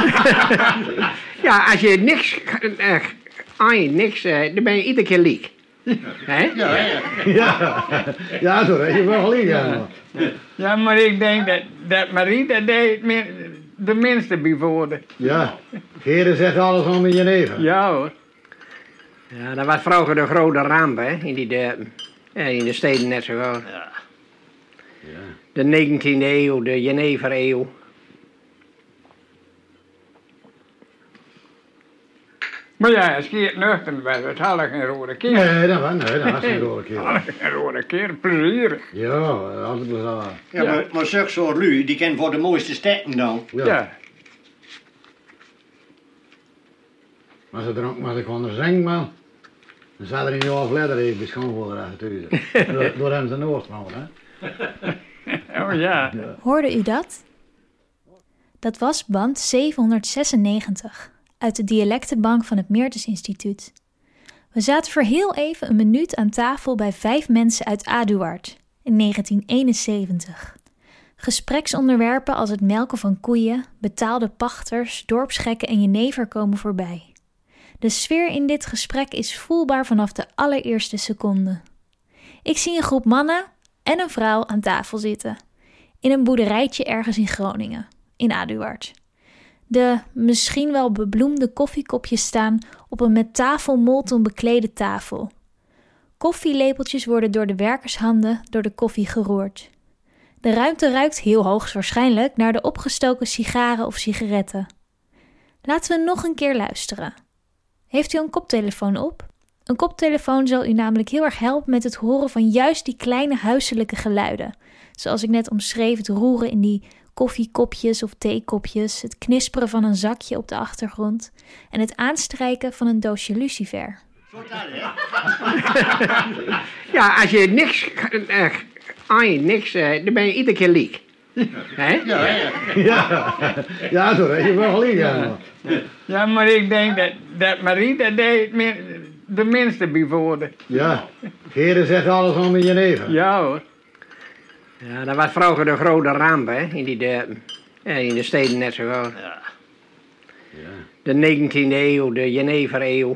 Ja, als je niks... dan ben je iedere keer liek. Hè? Ja, zo heb je wel gelijk. Ja. Ja, maar ik denk dat Marie dat deed de minste bijvoorbeeld. Ja, Geren zegt alles om in Jenever. Ja hoor. Ja, dat was vroeger de grote ramp, hè, in de steden net zo groot. Ja. De 19e eeuw, de Jenever-eeuw. Maar ja, als je het nuchter was, het had geen rode keer. Nee, dat was geen rode keer. Had geen rode keer, plezierig. Ja, altijd plezier. Ja, maar zulke soort lui, die kennen voor de mooiste stekken dan. Ja. Maar ze dronk maar ze konden zingen, man. Dan zat er in jouw afledder even bij schoonvoerder achter thuis. Door hem zijn Noordman, hè. Oh ja. Hoorde u dat? Dat was band 796 uit de dialectenbank van het Meertens Instituut. We zaten voor heel even een minuut aan tafel bij 5 mensen uit Aduard in 1971. Gespreksonderwerpen als het melken van koeien, betaalde pachters, dorpsgekken en jenever komen voorbij. De sfeer in dit gesprek is voelbaar vanaf de allereerste seconde. Ik zie een groep mannen en een vrouw aan tafel zitten. In een boerderijtje ergens in Groningen, in Aduard. De misschien wel bebloemde koffiekopjes staan op een met tafelmolten beklede tafel. Koffielepeltjes worden door de werkershanden door de koffie geroerd. De ruimte ruikt heel hoogstwaarschijnlijk naar de opgestoken sigaren of sigaretten. Laten we nog een keer luisteren. Heeft u een koptelefoon op? Een koptelefoon zal u namelijk heel erg helpen met het horen van juist die kleine huiselijke geluiden. Zoals ik net omschreef, het roeren in die koffiekopjes of theekopjes, het knisperen van een zakje op de achtergrond en het aanstrijken van een doosje lucifer. Ja, als je niks... dan ben je iedere keer liek. Hè? Ja, zo heb je wel gelijk. Ja. Ja, maar ik denk dat Marie dat deed de minste bijvoorbeeld. Ja, Geren zegt alles om in Jenever. Ja hoor. Ja, dat was vroeger de grote ramp, hè, in de steden net zo groot. De 19e eeuw, de Jenever-eeuw.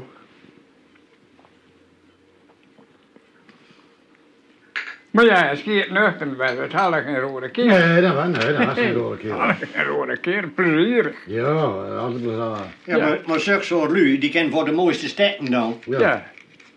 Maar ja, als je het nuchter was, het had geen rode keer. Nee, dat was geen rode keer. Had geen rode keer, plezierig. Ja, altijd plezier. Ja, maar zulke soort lui, die kennen voor de mooiste stekken dan. Ja.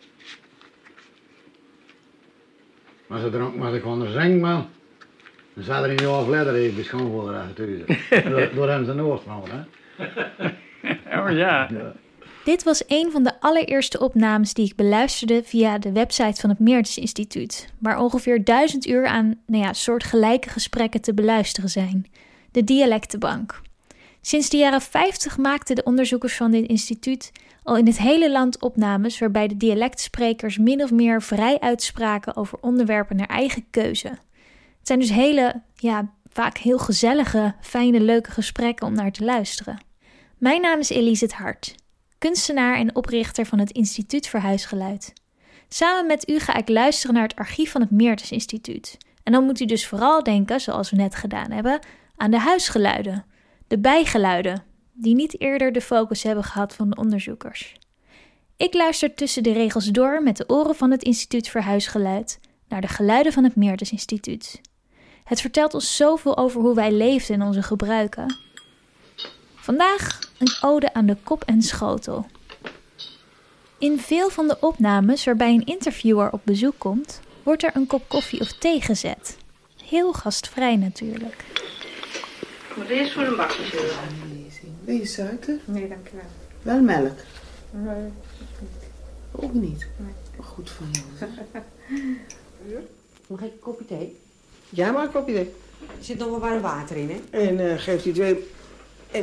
Maar ze dronk maar ze konden zingen, man. Dan zat er in jouw afledder even bij schoonvoerder achter thuis. Door hem zijn Noordman, hè. Oh ja. Dit was een van de allereerste opnames die ik beluisterde via de website van het Meertens Instituut, waar ongeveer 1000 uur aan soortgelijke gesprekken te beluisteren zijn. De dialectenbank. Sinds de jaren 50 maakten de onderzoekers van dit instituut al in het hele land opnames waarbij de dialectsprekers min of meer vrij uitspraken over onderwerpen naar eigen keuze. Het zijn dus hele, vaak heel gezellige, fijne, leuke gesprekken om naar te luisteren. Mijn naam is Elise het Hart, kunstenaar en oprichter van het Instituut voor Huisgeluid. Samen met u ga ik luisteren naar het archief van het Meertens Instituut. En dan moet u dus vooral denken, zoals we net gedaan hebben, aan de huisgeluiden, de bijgeluiden, die niet eerder de focus hebben gehad van de onderzoekers. Ik luister tussen de regels door met de oren van het Instituut voor Huisgeluid naar de geluiden van het Meertens Instituut. Het vertelt ons zoveel over hoe wij leefden en onze gebruiken. Vandaag een ode aan de kop en schotel. In veel van de opnames waarbij een interviewer op bezoek komt, wordt er een kop koffie of thee gezet. Heel gastvrij natuurlijk. Moet eerst voor een bakje zullen. Wil je suiker? Nee, dankjewel. Wel melk? Nee. Ook niet? Nee. Goed van jou. Mag ik een kopje thee? Ja, maar een kopje thee. Er zit nog wel warm water in, hè? En geeft u 2... En...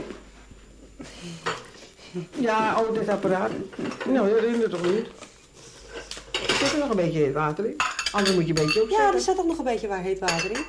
Ja, dit apparaat. Nou, dat hindert toch niet? Er zit er nog een beetje heet water in. Anders moet je een beetje opzetten. Ja, er zat ook nog een beetje heet water in.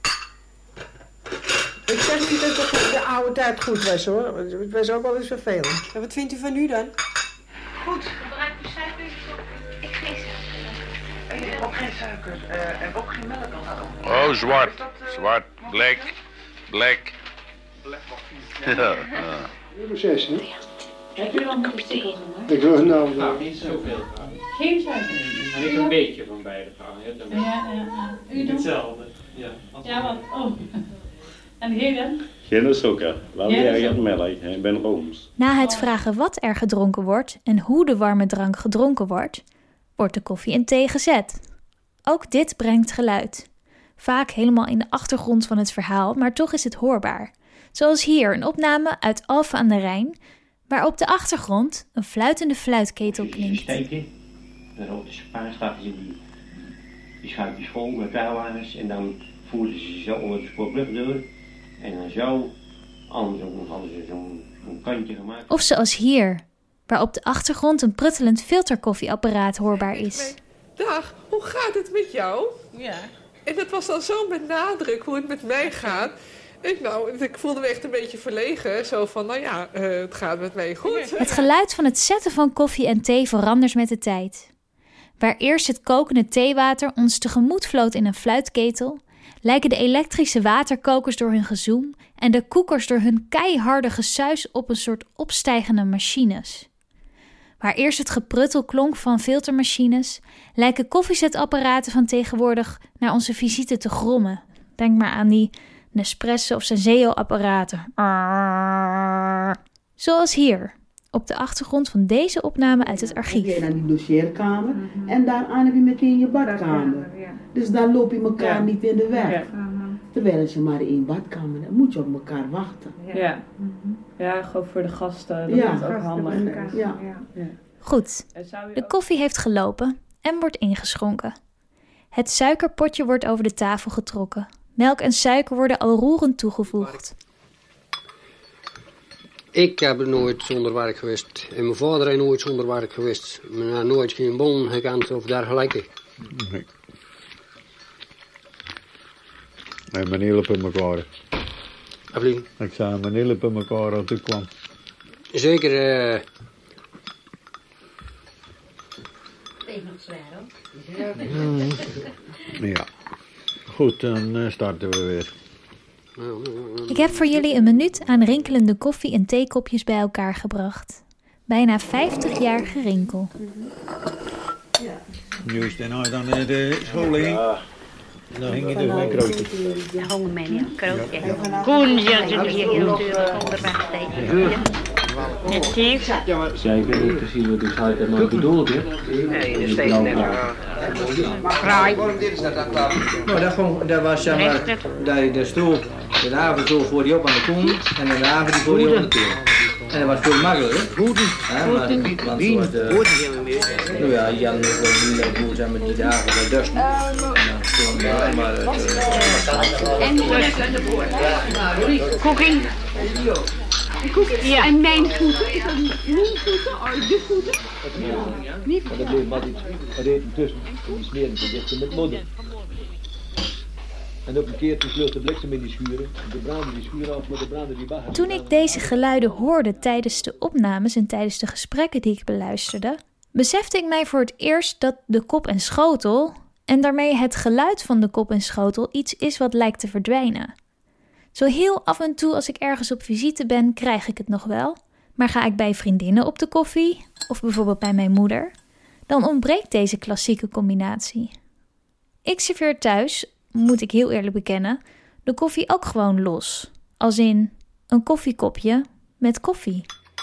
Ik zeg niet dat het de oude tijd goed was, hoor. Het was ook wel eens vervelend. En wat vindt u van nu dan? Goed. Gebruik u suiker? Ik geen suiker. Ik heb ook geen suiker en ook geen melk al. Oh, zwart. Zwart, black. Black koffie. Ja. 6, hè? Heb je dan nog steken? Ik wil nou... Nou, niet zoveel. Geen suiker. En ik een beetje van beide gaan. Ja. U dan? Hetzelfde. Ja. Ja, wat? Oh. En jij dan? Geen suiker, wel erg melk. Ik ben rooms. Na het vragen wat er gedronken wordt en hoe de warme drank gedronken wordt de koffie en thee gezet. Ook dit brengt geluid. Vaak helemaal in de achtergrond van het verhaal, maar toch is het hoorbaar. Zoals hier een opname uit Alphen aan de Rijn, waar op de achtergrond een fluitende fluitketel klinkt. Steken, dan op de spaarstafjes in die schuifjes vol met vuilwagens en dan voerden ze zo onder de spoorbrug door en dan zo, anders hadden ze zo'n kantje gemaakt. Of zoals hier, waar op de achtergrond een pruttelend filterkoffieapparaat hoorbaar is. Dag, hoe gaat het met jou? Ja. En dat was dan zo met nadruk hoe het met mij gaat. Ik voelde me echt een beetje verlegen. Zo van, het gaat met mij goed. Het geluid van het zetten van koffie en thee verandert met de tijd. Waar eerst het kokende theewater ons tegemoet vloot in een fluitketel, lijken de elektrische waterkokers door hun gezoem en de koekers door hun keiharde gesuis op een soort opstijgende machines. Waar eerst het gepruttel klonk van filtermachines, lijken koffiezetapparaten van tegenwoordig naar onze visite te grommen. Denk maar aan die Nespresso of Senseo-apparaten. Zoals hier, op de achtergrond van deze opname uit het archief. Dan ga je naar die dossierkamer en daaraan heb je meteen je badkamer. Dus dan loop je elkaar niet in de weg. Terwijl als je maar in badkamer hebt, moet je op elkaar wachten. Ja, gewoon voor de gasten. Dat is ook handig. Ja. Goed, de koffie heeft gelopen en wordt ingeschonken. Het suikerpotje wordt over de tafel getrokken. Melk en suiker worden al roerend toegevoegd. Ik heb nooit zonder werk geweest. En mijn vader is nooit zonder werk geweest. Men heeft nooit geen bon gekend of dergelijke. Nee. En mijn hielp in elkaar. Ik zei, mijn hielp in elkaar als ik kwam. Zeker. Even nog zwaar hoor. Ja. Goed, dan starten we weer. Ik heb voor jullie een minuut aan rinkelende koffie- en theekopjes bij elkaar gebracht. Bijna 50 jaar gerinkel. Juist, en als je dan de school hing, dan hing je dus mijn krootje. Ja, hongen mij niet, krootje. Koen, ze hier heel duur onderweg tegen. Net hier. Ja, ik weet niet precies wat hij er nou bedoelt, hè? Nee, dat steeds net Fraai. Nou, dat was zeg maar, de stroop, de avond zo voor die op aan de koen en de avond die voor die op de teel. En dat was veel makkelijker. Goeden. Nou ja, Jan wil niet goed zijn met die dagen bij Dusten. Cooking. Ja, en mijn voeten, is dat mijn voeten? Oh, de voeten? Niet? Maar er bleef wat iets eten tussen, en die smeren ze dicht met modder. En op een keer toen vlucht de bliksem in die schuren, en de brandde die schuren af, maar de brandde die bagger. Toen ik deze geluiden hoorde tijdens de opnames en tijdens de gesprekken die ik beluisterde, besefte ik mij voor het eerst dat de kop en schotel, en daarmee het geluid van de kop en schotel, iets is wat lijkt te verdwijnen. Zo heel af en toe als ik ergens op visite ben, krijg ik het nog wel. Maar ga ik bij vriendinnen op de koffie, of bijvoorbeeld bij mijn moeder, dan ontbreekt deze klassieke combinatie. Ik serveer thuis, moet ik heel eerlijk bekennen, de koffie ook gewoon los. Als in een koffiekopje met koffie.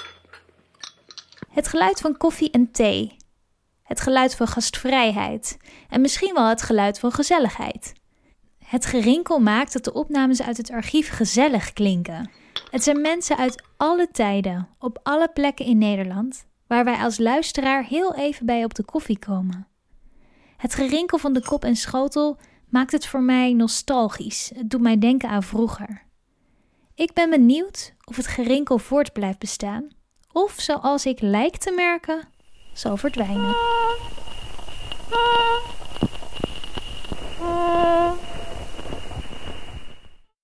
Het geluid van koffie en thee. Het geluid van gastvrijheid. En misschien wel het geluid van gezelligheid. Het gerinkel maakt dat de opnames uit het archief gezellig klinken. Het zijn mensen uit alle tijden, op alle plekken in Nederland, waar wij als luisteraar heel even bij op de koffie komen. Het gerinkel van de kop en schotel maakt het voor mij nostalgisch. Het doet mij denken aan vroeger. Ik ben benieuwd of het gerinkel voort blijft bestaan, of zoals ik lijk te merken, zal verdwijnen.